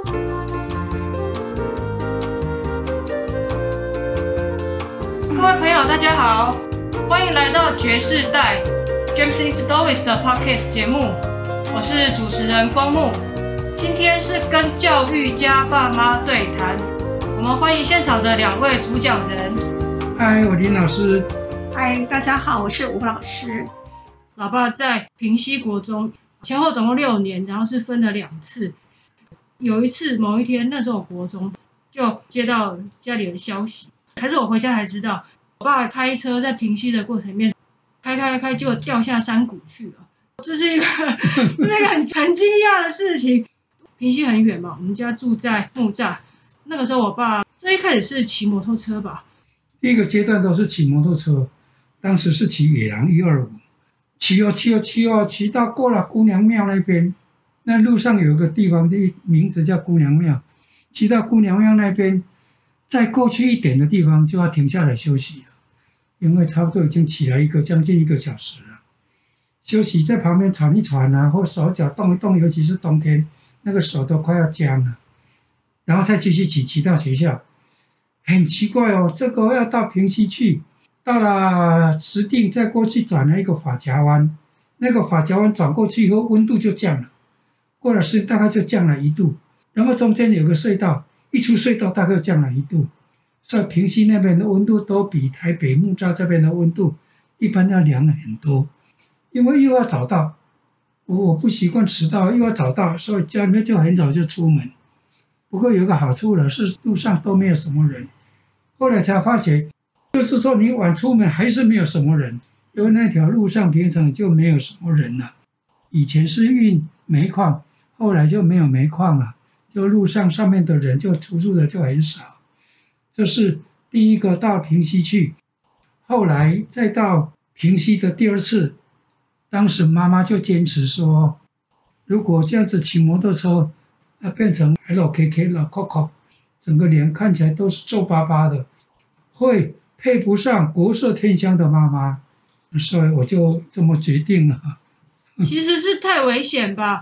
各位朋友，大家好，欢迎来到爵士代 James Stories 的 Podcast 节目，我是主持人光木。今天是跟教育家爸妈对谈，我们欢迎现场的2位主讲人。 嗨，我林老师。 嗨，大家好，我是吴老师。 老爸在平溪国中前后总共6年，然后是分了2次。有一次某一天，那时候我国中就接到家里的消息，还是我回家才知道，我爸开车在平溪的过程里面开就掉下山谷去了。这是一个很惊讶的事情。平溪很远嘛，我们家住在木栅。那个时候我爸最一开始是骑摩托车吧， 第一个阶段都是骑摩托车，当时是骑野狼125，骑到过了姑娘庙那边，那路上有一个地方名字叫姑娘庙，骑到姑娘庙那边，再过去一点的地方就要停下来休息了，因为差不多已经骑了将近1个小时了。休息在旁边喘一喘啊，或手脚动一动，尤其是冬天，那个手都快要僵了，然后再继续骑到学校。很奇怪哦，这个要到平溪去，到了石碇，再过去转了一个法夹湾，那个法夹湾转过去以后温度就降了，过了石大概就降了1度，然后中间有个隧道，一出隧道大概降了1度，所以平溪那边的温度都比台北木栅这边的温度一般要凉了很多。因为又要早到，我不习惯迟到，又要早到，所以家里面就很早就出门。不过有个好处了，是路上都没有什么人。后来才发觉，就是说你晚出门还是没有什么人，因为那条路上平常就没有什么人了。以前是运煤矿，后来就没有煤矿了，就路上面的人就出入的就很少。这是第一个到平溪去，后来再到平溪的第2次。当时妈妈就坚持说，如果这样子骑摩托车，变成 LKK 老 Coco， 整个脸看起来都是皱巴巴的，会配不上国色天香的妈妈，所以我就这么决定了。 其实是太危险吧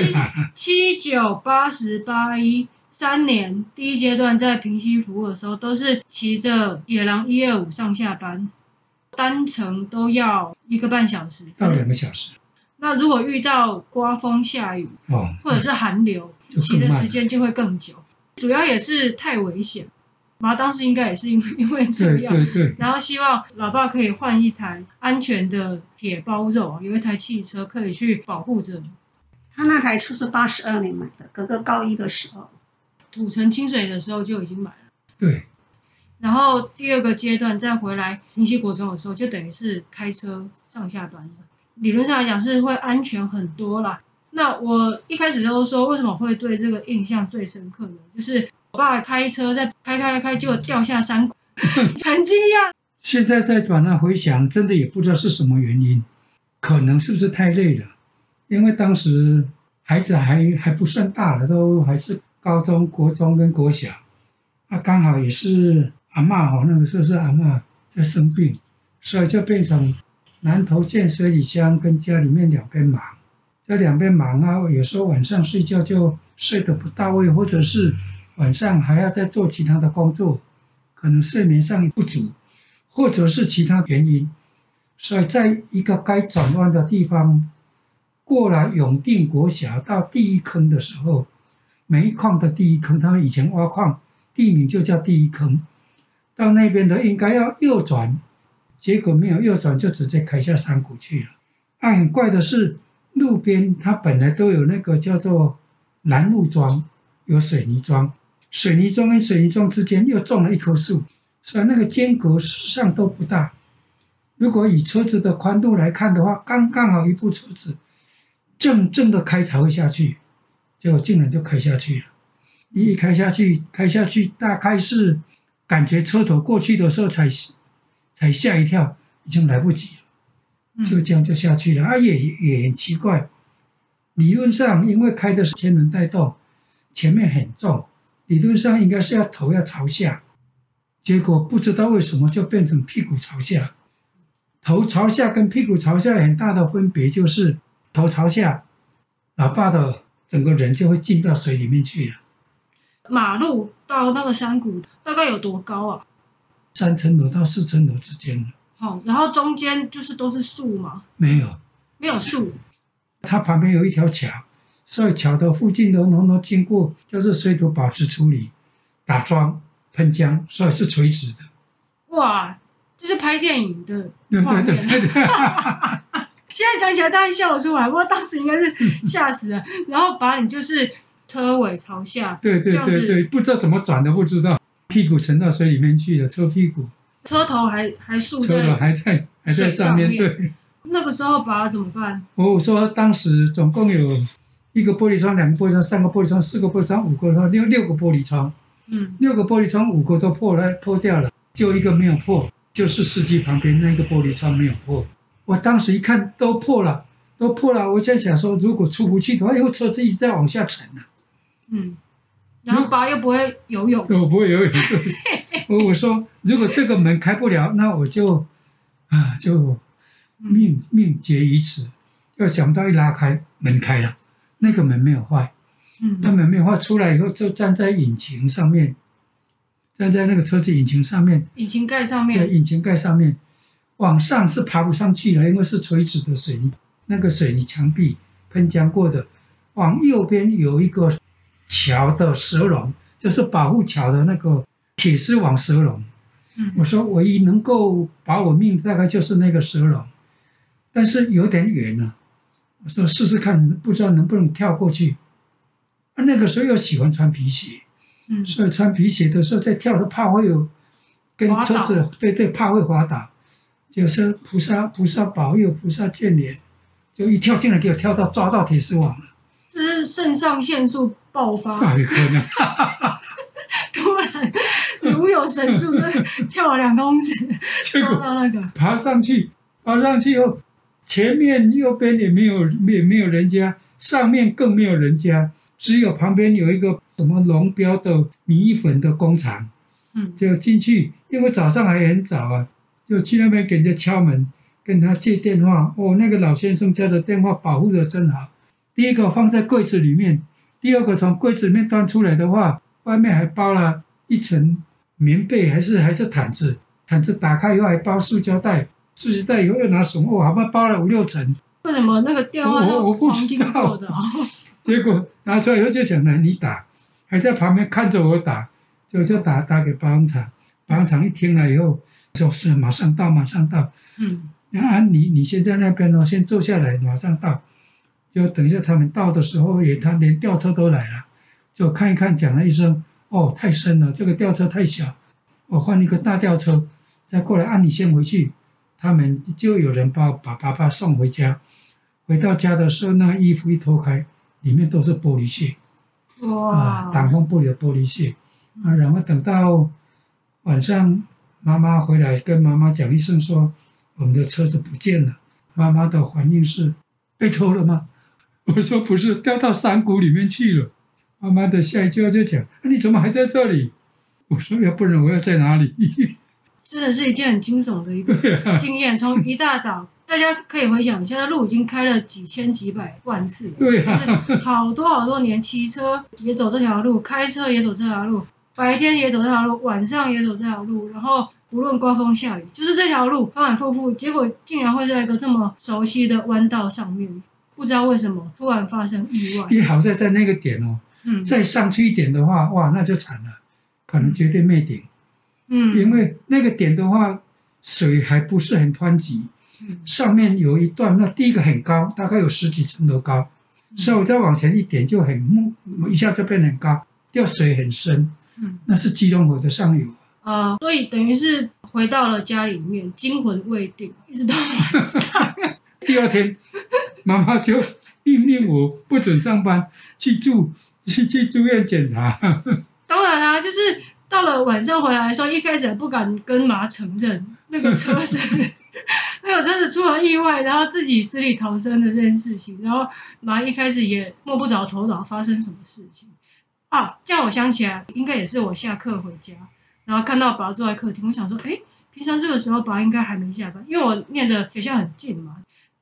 ？7、9、80、81 3年，第一阶段在平溪服务的时候，都是骑着野狼125上下班。单程都要1个半小时到2个小时。 那如果遇到刮风下雨，或者是寒流，骑的时间就会更久。主要也是太危险。妈当时应该也是因为这样， 对。 然后希望老爸可以换一台安全的铁包肉，有一台汽车可以去保护着。 他那台车是82年买的，哥哥高1的时候， 土城清水的时候就已经买了。 对。 然后第2个阶段再回来平溪国中的时候，就等于是开车上下班了。理论上来讲是会安全很多啦。那我一开始都说，为什么会对这个印象最深刻呢？就是我爸开车在开就掉下山谷，很惊讶。 现在再转来回想，真的也不知道是什么原因，可能是不是太累了？因为当时孩子还不算大了，都还是高中、国中跟国小，刚好也是。阿嬷那个时候是阿嬷在生病，所以就变成南投县水里乡跟家里面2边忙，这2边忙啊，有时候晚上睡觉就睡得不到位，或者是晚上还要再做其他的工作，可能睡眠上不足，或者是其他原因，所以在一个该转弯的地方，过了永定国小到第1坑的时候，煤矿的第1坑，他们以前挖矿地名就叫第1坑。到那边的应该要右转，结果没有右转，就直接开下山谷去了。很怪的是，路边它本来都有那个叫做拦路桩，有水泥桩，水泥桩跟水泥桩之间又种了一棵树，所以那个间隔上都不大。如果以车子的宽度来看的话，刚好一部车子正的开才会下去，结果竟然就开下去了。一开下去大概是感觉车头过去的时候才吓一跳，已经来不及了，就这样就下去了。也很奇怪，理论上因为开的是前轮带动，前面很重，理论上应该是头要朝下，结果不知道为什么就变成屁股朝下。头朝下跟屁股朝下很大的分别就是头朝下，老爸的整个人就会进到水里面去了。 马路到那个山谷大概有多高啊 3层楼到4层楼之间。 然后中间就是都是树嘛？ 没有， 没有树。 它旁边有一条桥，所以桥的附近的农都经过就是水土保持处理、打桩、喷浆，所以是垂直的。 哇，就是拍电影的对画面。 对对对。 现在讲起来当然笑得出来，不过当时应该是吓死了。然后把你就是车尾朝下， 对对对对，不知道怎么转都不知道，屁股沉到水里面去了，车屁股， 车头还竖在， 车头还在上面。对， 那个时候把它怎么办？ 我说当时总共有1个玻璃窗、2个玻璃窗、3个玻璃窗、4个玻璃窗、5个窗、6个玻璃窗。6个玻璃窗5个都破掉了，就1个没有破，就是司机旁边那个玻璃窗没有破。我当时一看都破了，我在想说，如果出不去的话，因为车子一直在往下沉了。 然后爸又不会游泳， 我不会游泳。我说，如果这个门开不了，那我就命绝于此。要想到一拉开，门开了，那个门没有坏。那门没有坏，出来以后就站在引擎上面，站在那个车子引擎上面， 引擎盖上面。 对，引擎盖上面。往上是爬不上去了，因为是垂直的水泥，那个水泥墙壁喷浆过的。往右边有一个桥的蛇笼，就是保护桥的那个铁丝网蛇笼。我说唯一能够保我命大概就是那个蛇笼，但是有点远了。我说试试看，不知道能不能跳过去。那个时候又喜欢穿皮鞋，所以穿皮鞋的时候在跳的怕会有跟车子对怕会滑倒。就是菩萨保佑，菩萨眷怜，就一跳进来给我跳到抓到铁丝网了。 就是肾上腺素爆发， 有可能。 突然如有神助，跳了2公尺，抓到那个。 爬上去以后，前面右边也没有人家，上面更没有人家，只有旁边有一个什么龙标的米粉的工厂。就进去，因为早上还很早啊。就去那边给人家敲门，跟他借电话。那个老先生家的电话保护的真好。第一个放在柜子里面，第二个从柜子里面端出来的话，外面还包了一层棉被，还是毯子。毯子打开以后还包塑胶袋，塑胶袋以后又拿什么？好像包了5、6层。 为什么那个电话我不黄金知道做的？ 结果拿出来以后就讲来你打，还在旁边看着我打，就打给保养厂。保养厂一听了以后。说是马上到。你先在那边哦，先坐下来，马上到。就等一下他们到的时候，他连吊车都来了，就看一看，讲了一声：“太深了，这个吊车太小，我换一个大吊车，再过来。你先回去。”他们就有人把爸爸送回家。回到家的时候，那衣服一脱开，里面都是玻璃屑，挡风玻璃的玻璃屑。然后等到晚上。妈妈回来跟妈妈讲一声说，我们的车子不见了。妈妈的反应是被偷了吗？我说不是，掉到山谷里面去了。妈妈的下一句话就讲，你怎么还在这里？我说要不然我要在哪里？ 真的是一件很惊悚的一个经验。从一大早，大家可以回想，现在路已经开了几千几百万次了。 对啊， 就是好多年，骑车也走这条路，开车也走这条路。白天也走这条路，晚上也走这条路，然后无论刮风下雨，就是这条路反反复复，结果竟然会在一个这么熟悉的弯道上面，不知道为什么突然发生意外。 也好在那个点再上去一点的话，哇，那就惨了，可能绝对灭顶。因为那个点的话，水还不是很湍急，上面有一段，那第一个很高，大概有10几层楼高，所以我再往前一点就一下就变很高，掉水很深。那是基隆河的上游。 所以等于是回到了家里面，惊魂未定，一直到晚上。 第2天，妈妈就命令我不准上班，去住院检查。 当然啦，就是到了晚上回来的时候，一开始还不敢跟妈承认那个车子出了意外，然后自己死里逃生的这件事情。然后妈一开始也摸不着头脑发生什么事情。这样我想起来，应该也是我下课回家，然后看到爸坐在客厅，我想说，平常这个时候爸应该还没下班，因为我念的学校很近嘛。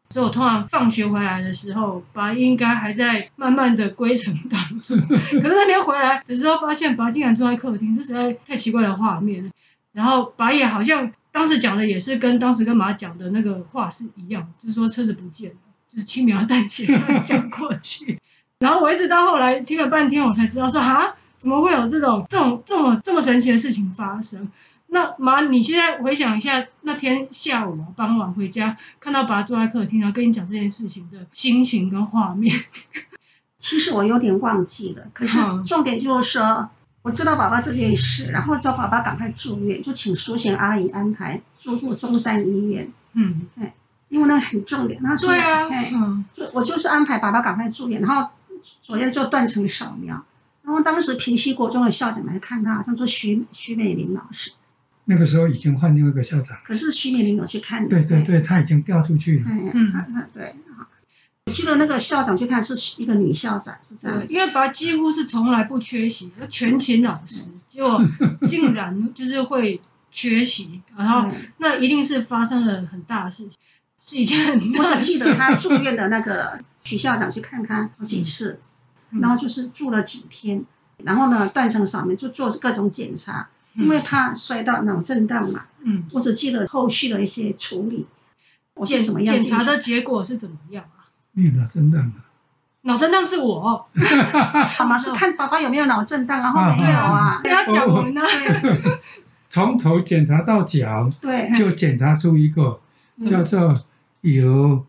所以我通常放学回来的时候，爸应该还在慢慢的归程当中。可是那天回来的时候，发现爸竟然坐在客厅，这实在太奇怪的画面了。然后爸也好像当时讲的也是跟当时跟妈讲的那个话是一样，就是说车子不见了，就是轻描淡写讲过去。然后我一直到后来听了半天，我才知道说哈，怎么会有这么神奇的事情发生？那妈，你现在回想一下那天下午傍晚回家，看到爸坐在客厅，然后跟你讲这件事情的心情跟画面。 其实我有点忘记了，可是重点就是说，我知道爸爸这件事，然后叫爸爸赶快住院，就请淑贤阿姨安排住中山医院。因为那很重点，那对啊， 我就是安排爸爸赶快住院，然后昨天就断层扫描，然后当时平西国中的校长来看他，叫做徐美玲老师。 那个时候已经换另外一个校长， 可是徐美玲有去看。 对对对，他已经调出去了。 对。我记得那个校长去看是一个女校长，是这样。 因为爸几乎是从来不缺席，全勤老师，结果竟然就是会缺席，然后那一定是发生了很大的事情，是一件很大的事。 我只记得他住院的那个徐校长去看他好几次，然后就是住了几天，然后呢断层扫描就做各种检查。因为他摔到脑震荡嘛，我只记得后续的一些处理，我是怎么样检查的结果是怎么样啊？ 脑震荡啊， 脑震荡是我， 妈妈是看爸爸有没有脑震荡，然后没有啊， 不要讲我呢。 从头检查到脚， 对， 就检查出一个叫做有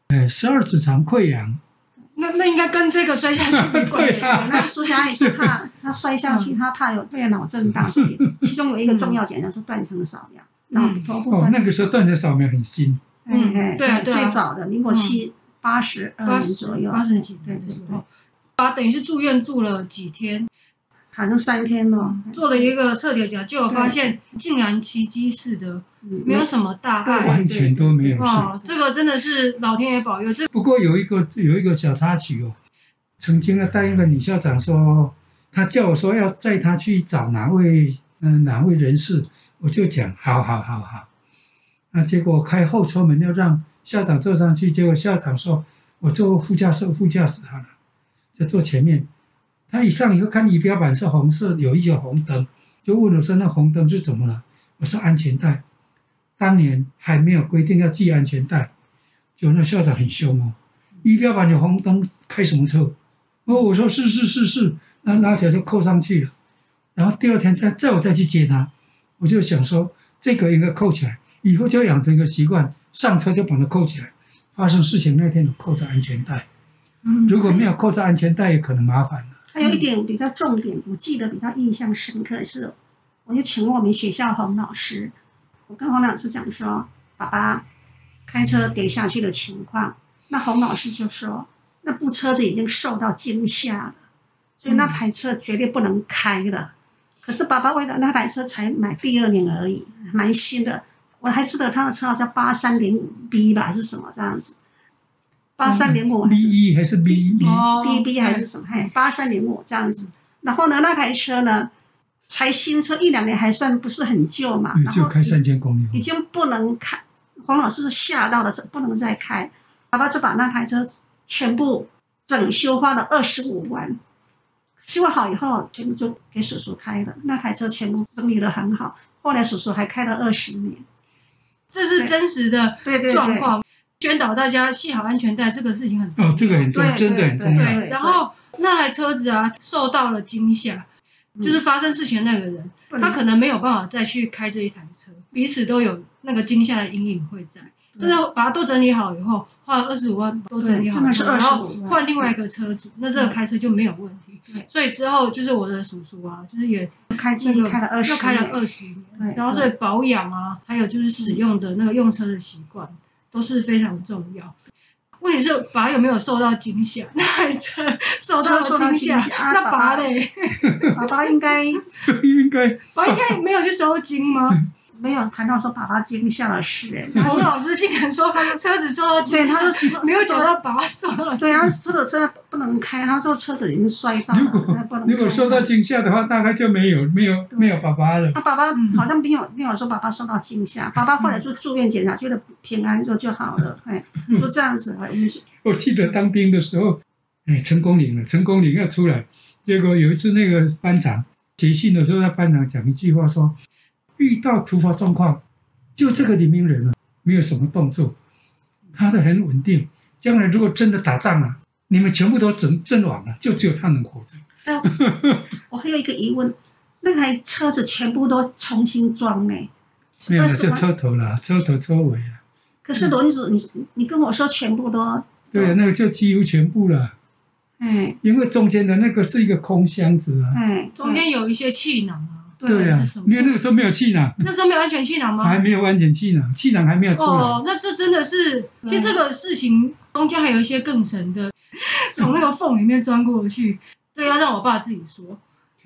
12指肠溃疡。 那应该跟这个摔下去没关系。 那苏霞阿姨说他摔下去，他怕有脑震荡，所以其中有一个重要检查是断层扫描，脑头部断。 那个时候断层扫描很新。 对，最早的民国82年左右 ，80几年的时候，爸等于是住院住了几天， 好像3天了， 做了一个彻底的检查，结果发现竟然奇迹似的，没有什么大碍， 完全都没有事。 这个真的是老天爷保佑。 不过有一个小插曲哦，曾经呢带一个女校长说，她叫我说要载她去找哪位人士，我就讲好。那结果开后车门要让校长坐上去，结果校长说我坐副驾驶好了，就坐前面。他一上以后看仪表板是红色，有一些红灯，就问我说那红灯是怎么了？我说安全带，当年还没有规定要系安全带，就那校长很凶哦，仪表板有红灯，开什么车？我说是，那拉起来就扣上去了。然后第二天我再去接他，我就想说这个应该扣起来，以后就要养成一个习惯，上车就把它扣起来。发生事情那天有扣着安全带，如果没有扣着安全带，也可能麻烦了。 还有一点比较重点，我记得比较印象深刻是，我就请问我们学校洪老师，我跟洪老师讲说，爸爸开车跌下去的情况，那洪老师就说，那部车子已经受到惊吓了，所以那台车绝对不能开了。可是爸爸为了那台车才买第2年而已，蛮新的。我还记得他的车好像8305B 吧，还是什么这样子，8305 B1 还是 DB 还是什么，8305这样子。然后呢，那台车呢，才新车1-2年，还算不是很旧嘛，然后就开3000公里， 已经不能开。黄老师吓到了，不能再开，爸爸就把那台车全部整修，花了25万。修好以后，全部就给叔叔开了，那台车全部整理得很好。后来叔叔还开了20年。 这是真实的状况，宣导大家系好安全带，这个事情很重要。 这个很重要，真的很重要。 对，然后那台车子啊受到了惊吓，就是发生事情的那个人，他可能没有办法再去开这一台车，彼此都有那个惊吓的阴影会在。但是把它都整理好以后，花了25万都整理好，然后换另外一个车主，那这个开车就没有问题。所以之后就是我的叔叔啊，就是也开机开了 20年，然后所以保养啊，还有就是使用的那个用车的习惯都是非常重要。问题是爸有没有受到惊吓？那台车受到了惊吓，那爸嘞？ 爸爸应该爸应该没有去收惊吗？ 没有谈到说爸爸惊吓的事， 洪老师竟然说车子受到对，他说没有讲到爸爸受到， 对，然后车不能开，他说车子已经摔到了，不能开。 如果受到惊吓的话，大概就没有爸爸了。 他爸爸好像没有说爸爸受到惊吓，爸爸后来就住院检查，觉得平安就好了，就这样子。 我记得当兵的时候，成功岭要出来，结果有一次那个班长结训的时候，那班长讲一句话说，遇到突发状况，就这个黎明人没有什么动作，他的很稳定。将来如果真的打仗了，你们全部都阵亡了，就只有他能活着。 我还有一个疑问，那台车子全部都重新装呢？ 没有了，就车头了，车头车尾了。 可是轮子，你跟我说全部都对，那个就几乎全部了。因为中间的那个是一个空箱子啊。 中间有一些气囊啊。 对啊，因为那个时候没有气囊。 那时候没有安全气囊吗？ 还没有安全气囊，气囊还没有出来。 哦，那这真的是，其实这个事情中间还有一些更神的，从那个缝里面钻过去，这要让我爸自己说。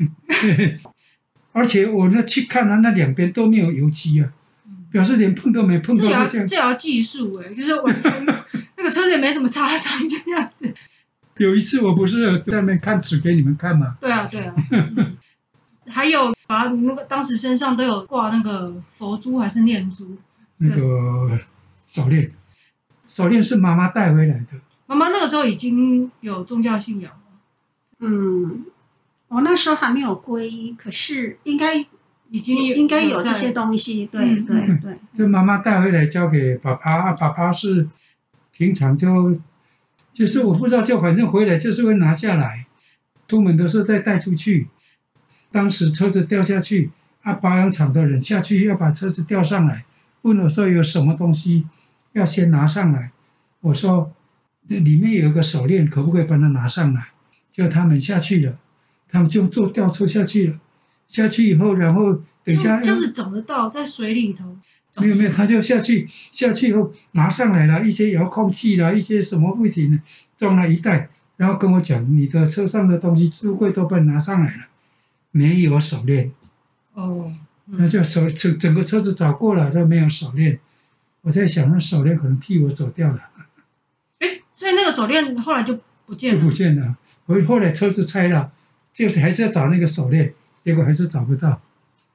而且我去看那两边都没有油漆啊，表示连碰都没碰到。 这也要技术就是完全那个车子也没什么擦伤，就这样子。 有一次我不是在那边看纸给你们看吗？ 对啊。还有把那个当时身上都有挂那个佛珠还是念珠， 那个手链是妈妈带回来的。 妈妈那个时候已经有宗教信仰了。 我那时候还没有皈依，可是应该有这些东西。对。 就妈妈带回来交给爸爸，爸爸是平常就是我不知道，就反正回来就是会拿下来，出门的时候再带出去。当时车子掉下去，保养厂的人下去要把车子吊上来，问我说有什么东西要先拿上来。我说里面有一个手链，可不可以把它拿上来？就他们下去了，他们就坐吊车下去了。下去以后，然后等一下这样子找得到，在水里头。 没有，他就下去以后拿上来了一些遥控器啦，一些什么物体呢，装了一袋，然后跟我讲，你的车上的东西置物柜都被拿上来了。没有手链，那就整个车子找过了都没有手链。我在想，那手链可能替我走掉了。 所以那个手链后来就不见了。 就不见了。后来车子拆了，就是还是要找那个手链，结果还是找不到。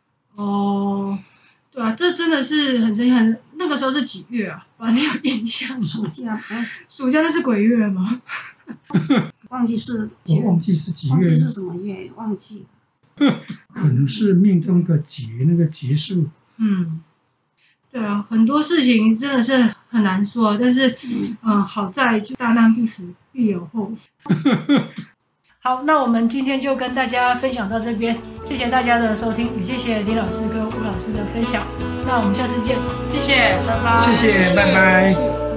对啊，这真的是很神奇。那个时候是几月啊？反正有印象。 暑假那是鬼月吗？ 忘记是我忘记是几月， 忘记是什么月，忘记了。 可能是命中的劫，那个劫数。 对啊，很多事情真的是很难说，但是好在就大难不死必有后福。好，那我们今天就跟大家分享到这边，谢谢大家的收听，也谢谢李老师跟吴老师的分享。那我们下次见，谢谢，拜拜。 谢谢，拜拜。